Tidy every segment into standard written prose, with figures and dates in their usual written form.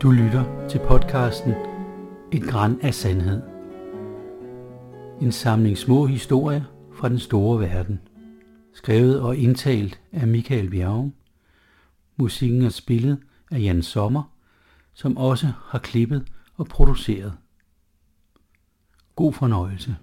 Du lytter til podcasten Et gran af sandhed. En samling små historier fra den store verden. Skrevet og indtalt af Michael Bjerge. Musikken er spillet af Jan Sommer, som også har klippet og produceret. God fornøjelse.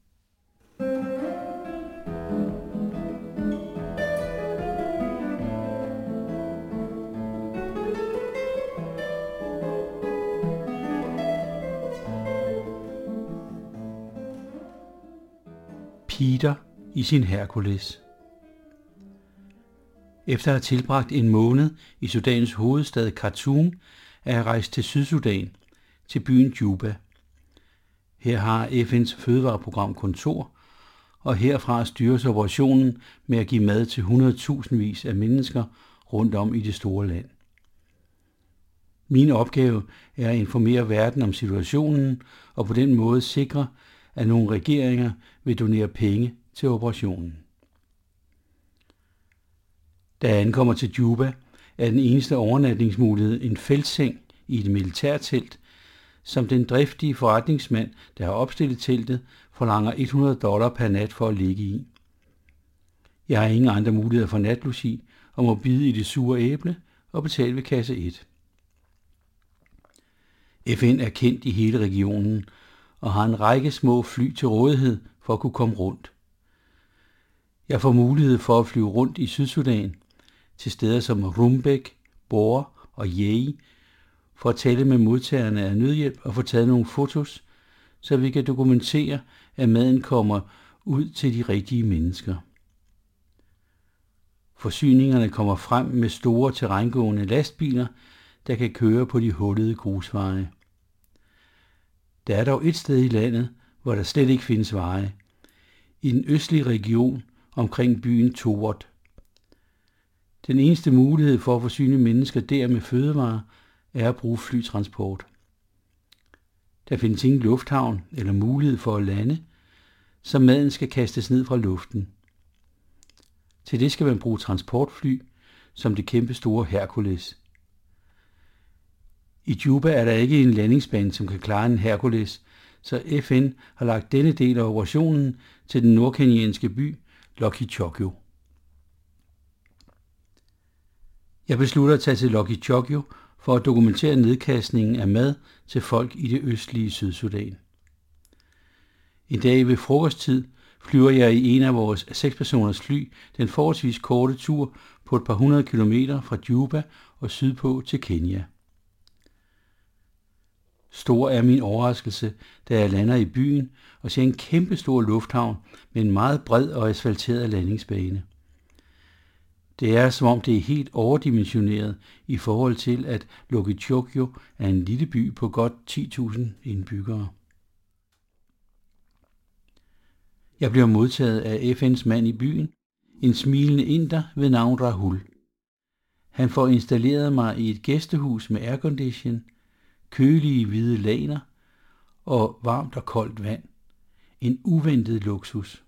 Peter i sin Hercules. Efter at have tilbragt en måned i Sudans hovedstad Khartoum, er jeg rejst til Sydsudan, til byen Juba. Her har FN's fødevareprogram kontor, og herfra styres operationen med at give mad til 100.000 af mennesker rundt om i det store land. Min opgave er at informere verden om situationen og på den måde sikre, at nogle regeringer vil donere penge til operationen. Da jeg ankommer til Juba, er den eneste overnatningsmulighed en feltseng i et militærtelt, som den driftige forretningsmand, der har opstillet teltet, forlanger $100 per nat for at ligge i. Jeg har ingen andre muligheder for natlogi og må bide i det sure æble og betale ved kasse 1. FN er kendt i hele regionen og har en række små fly til rådighed for at kunne komme rundt. Jeg får mulighed for at flyve rundt i Sydsudan til steder som Rumbek, Bor og Yei for at tale med modtagerne af nødhjælp og få taget nogle fotos, så vi kan dokumentere, at maden kommer ud til de rigtige mennesker. Forsyningerne kommer frem med store terrængående lastbiler, der kan køre på de hullede grusveje. Der er dog et sted i landet, hvor der slet ikke findes veje. I den østlige region omkring byen Towat. Den eneste mulighed for at forsyne mennesker der med fødevarer er at bruge flytransport. Der findes ingen lufthavn eller mulighed for at lande, så maden skal kastes ned fra luften. Til det skal man bruge transportfly, som det kæmpe store Hercules. I Juba er der ikke en landingsbane, som kan klare en Hercules, så FN har lagt denne del af operationen til den nordkenyanske by Lokichogyo. Jeg beslutter at tage til Lokichogyo for at dokumentere nedkastningen af mad til folk i det østlige Sydsudan. En dag ved frokosttid flyver jeg i en af vores 6-personers fly den forholdsvis korte tur på et par 100 kilometer fra Juba og sydpå til Kenya. Stor er min overraskelse, da jeg lander i byen og ser en kæmpe stor lufthavn med en meget bred og asfalteret landingsbane. Det er som om det er helt overdimensioneret i forhold til, at Lokichogyo er en lille by på godt 10.000 indbyggere. Jeg bliver modtaget af FN's mand i byen, en smilende inder ved navn Rahul. Han får installeret mig i et gæstehus med aircondition, kølige hvide lagener og varmt og koldt vand. En uventet luksus.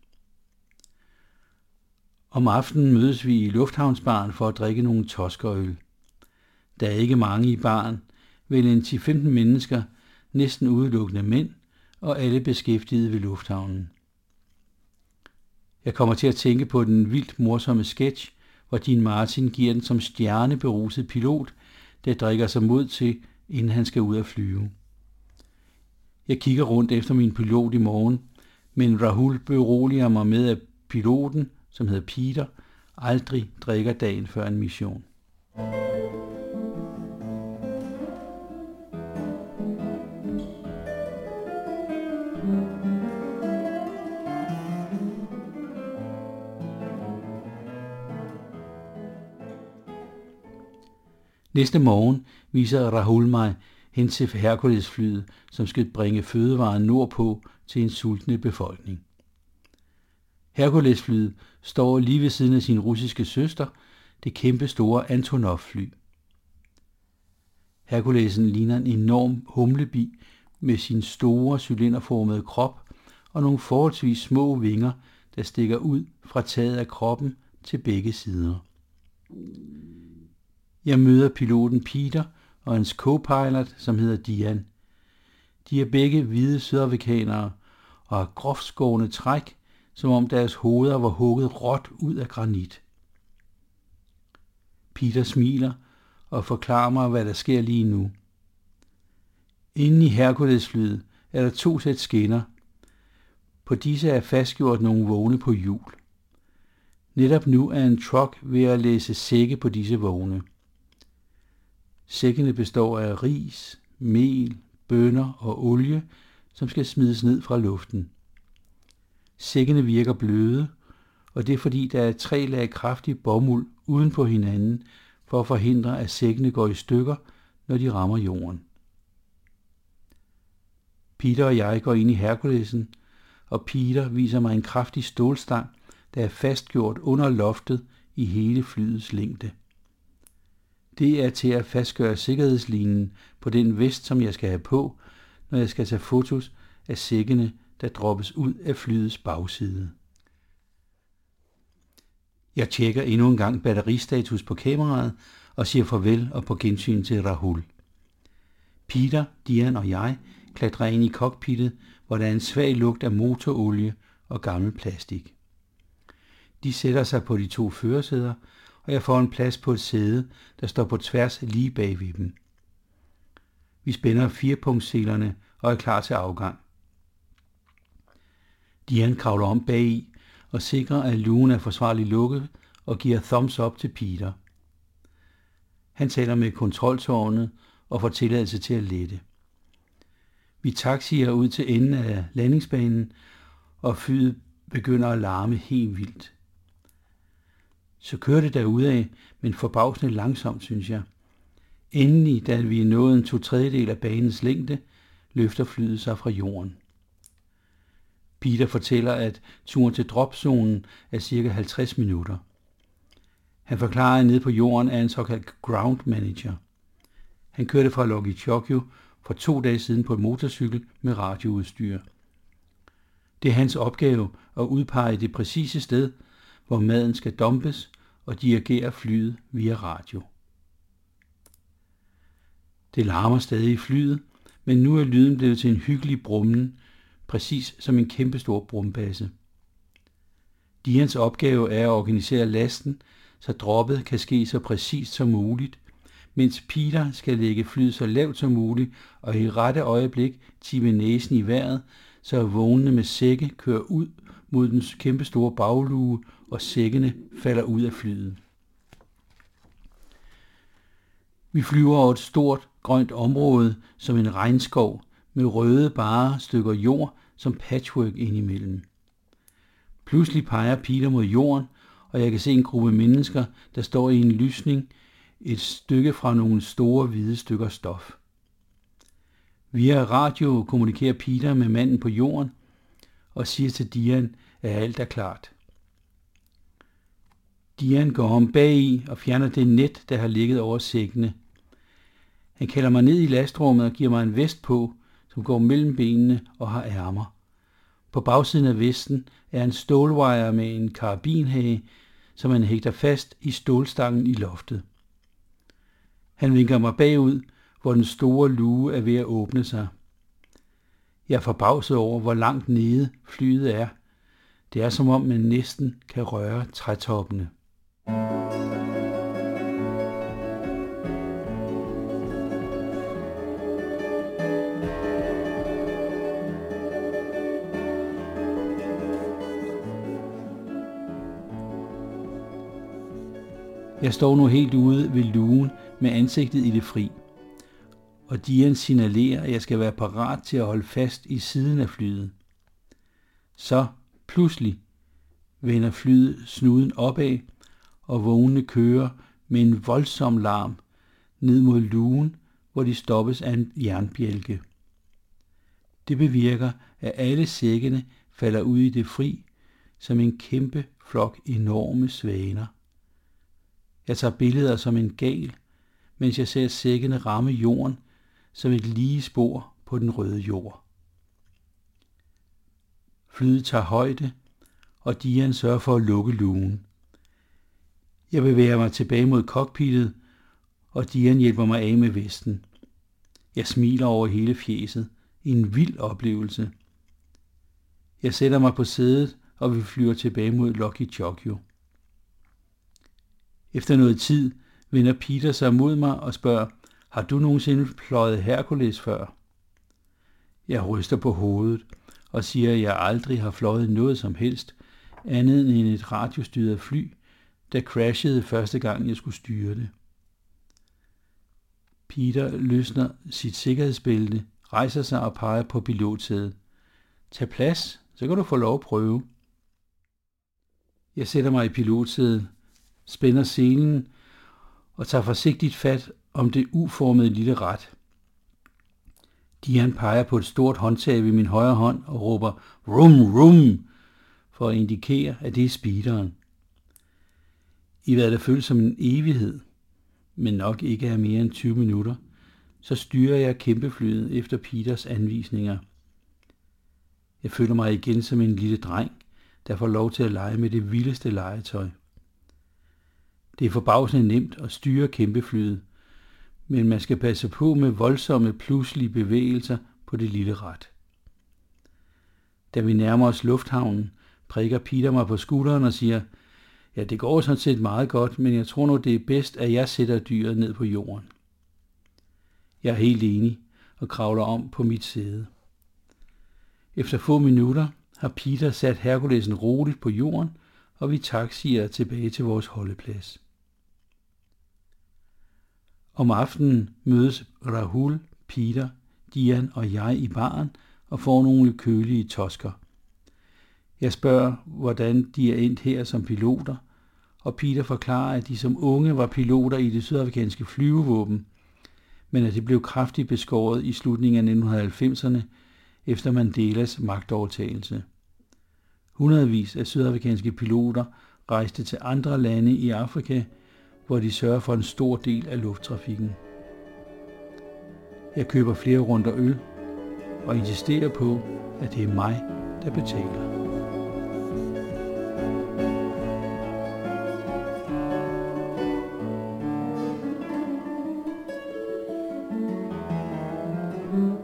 Om aftenen mødes vi i lufthavnsbaren for at drikke nogle toskerøl. Der er ikke mange i baren, vel en 10-15 mennesker, næsten udelukkende mænd, og alle beskæftigede ved lufthavnen. Jeg kommer til at tænke på den vildt morsomme sketch, hvor Dean Martin giver den som stjerneberuset pilot, der drikker sig mod til, inden han skal ud at flyve. Jeg kigger rundt efter min pilot i morgen, men Rahul beroliger mig med, at piloten, som hedder Peter, aldrig drikker dagen før en mission. Næste morgen viser Rahul mig hen til Hercules-flyet, som skal bringe fødevarer nordpå til en sultne befolkning. Hercules-flyet står lige ved siden af sin russiske søster, det kæmpe store Antonov-fly. Herculesen ligner en enorm humlebi med sin store cylinderformede krop og nogle forholdsvis små vinger, der stikker ud fra taget af kroppen til begge sider. Jeg møder piloten Peter og hans co-pilot, som hedder Dian. De er begge hvide sydafrikanere og har groft skårne træk, som om deres hoveder var hugget råt ud af granit. Peter smiler og forklarer mig, hvad der sker lige nu. Inde i Hercules-flyet er der 2 sæt skinner. På disse er fastgjort nogle vogne på hjul. Netop nu er en truck ved at læsse sække på disse vogne. Sækkene består af ris, mel, bønner og olie, som skal smides ned fra luften. Sækkene virker bløde, og det er fordi, der er 3 lag kraftig bomuld uden på hinanden, for at forhindre, at sækkene går i stykker, når de rammer jorden. Peter og jeg går ind i Herculesen, og Peter viser mig en kraftig stålstang, der er fastgjort under loftet i hele flyets længde. Det er til at fastgøre sikkerhedslinen på den vest, som jeg skal have på, når jeg skal tage fotos af sækkene, der droppes ud af flyets bagside. Jeg tjekker endnu en gang batteristatus på kameraet og siger farvel og på gensyn til Rahul. Peter, Dian og jeg klatrer ind i cockpittet, hvor der er en svag lugt af motorolie og gammel plastik. De sætter sig på de 2 førersæder, og jeg får en plads på et sæde, der står på tværs lige bag ved dem. Vi spænder 4-punktsselerne og er klar til afgang. Dian kravler om bagi og sikrer, at lugen er forsvarligt lukket og giver thumbs up til Peter. Han taler med kontroltårnet og får tilladelse til at lette. Vi taxier ud til enden af landingsbanen, og flyet begynder at larme helt vildt. Så kører det derudad, men forbavsende langsomt, synes jeg. Endelig, da vi er nået en 2/3 af banens længde, løfter flyet sig fra jorden. Peter fortæller, at turen til dropzonen er cirka 50 minutter. Han forklarer, at nede på jorden er en såkaldt ground manager. Han kørte fra Lokichogyo for 2 dage siden på en motorcykel med radioudstyr. Det er hans opgave at udpege det præcise sted, hvor maden skal dumpes, og dirigere flyet via radio. Det larmer stadig i flyet, men nu er lyden blevet til en hyggelig brummen, præcis som en kæmpestor brumbasse. Dians opgave er at organisere lasten, så droppet kan ske så præcist som muligt, mens Peter skal lægge flyet så lavt som muligt og i rette øjeblik tippe næsen i vejret, så vognene med sække kører ud mod den kæmpestore bagluge, og sækkene falder ud af flyet. Vi flyver over et stort, grønt område som en regnskov med røde bare stykker jord som patchwork indimellem. Pludselig peger Peter mod jorden, og jeg kan se en gruppe mennesker, der står i en lysning et stykke fra nogle store hvide stykker stof. Via radio kommunikerer Peter med manden på jorden og siger til Dian, at alt er klart. Dian går om bagi og fjerner det net, der har ligget over sækkene. Han kalder mig ned i lastrummet og giver mig en vest på, som går mellem benene og har ærmer. På bagsiden af vesten er en stålwire med en karabinhage, som han hægter fast i stålstangen i loftet. Han vinker mig bagud, hvor den store luge er ved at åbne sig. Jeg er forbavset over, hvor langt nede flyet er. Det er som om man næsten kan røre trætoppene. Jeg står nu helt ude ved lugen med ansigtet i det fri, og Dian signalerer, at jeg skal være parat til at holde fast i siden af flyet. Så pludselig vender flyet snuden opad, og vognene kører med en voldsom larm ned mod lugen, hvor de stoppes af en jernbjælke. Det bevirker, at alle sækkene falder ud i det fri, som en kæmpe flok enorme svaner. Jeg tager billeder som en gal, mens jeg ser sækkene ramme jorden som et lige spor på den røde jord. Flyet tager højde, og Dian sørger for at lukke lugen. Jeg bevæger mig tilbage mod cockpittet og Dian hjælper mig af med vesten. Jeg smiler over hele fjeset. En vild oplevelse. Jeg sætter mig på sædet, og vi flyver tilbage mod Lucky Chokyo. Efter noget tid vender Peter sig mod mig og spørger, har du nogensinde fløjet Hercules før? Jeg ryster på hovedet og siger, at jeg aldrig har fløjet noget som helst, andet end et radiostyret fly, der crashede første gang jeg skulle styre det. Peter løsner sit sikkerhedsbælte, rejser sig og peger på pilotsædet. Tag plads, så kan du få lov at prøve. Jeg sætter mig i pilotsædet, spænder selen og tager forsigtigt fat om det uformede lille rat. Dian peger på et stort håndtag ved min højre hånd og råber rum rum for at indikere, at det er speederen. I hvad der føles som en evighed, men nok ikke er mere end 20 minutter, så styrer jeg kæmpeflyet efter Peters anvisninger. Jeg føler mig igen som en lille dreng, der får lov til at lege med det vildeste legetøj. Det er forbavsende nemt at styre kæmpeflyet, men man skal passe på med voldsomme pludselige bevægelser på det lille rat. Da vi nærmer os lufthavnen, prikker Peter mig på skulderen og siger, ja, det går sådan set meget godt, men jeg tror nu, det er bedst, at jeg sætter dyret ned på jorden. Jeg er helt enig og kravler om på mit sæde. Efter få minutter har Peter sat Herkulesen roligt på jorden, og vi taxier tilbage til vores holdeplads. Om aftenen mødes Rahul, Peter, Dian og jeg i baren og får nogle kølige tosker. Jeg spørger, hvordan de er endt her som piloter, og Peter forklarer, at de som unge var piloter i det sydafrikanske flyvevåben, men at det blev kraftigt beskåret i slutningen af 1990'erne efter Mandelas magtovertagelse. Hundredvis af sydafrikanske piloter rejste til andre lande i Afrika, hvor de sørger for en stor del af lufttrafikken. Jeg køber flere runder øl og insisterer på, at det er mig, der betaler. Mm-hmm.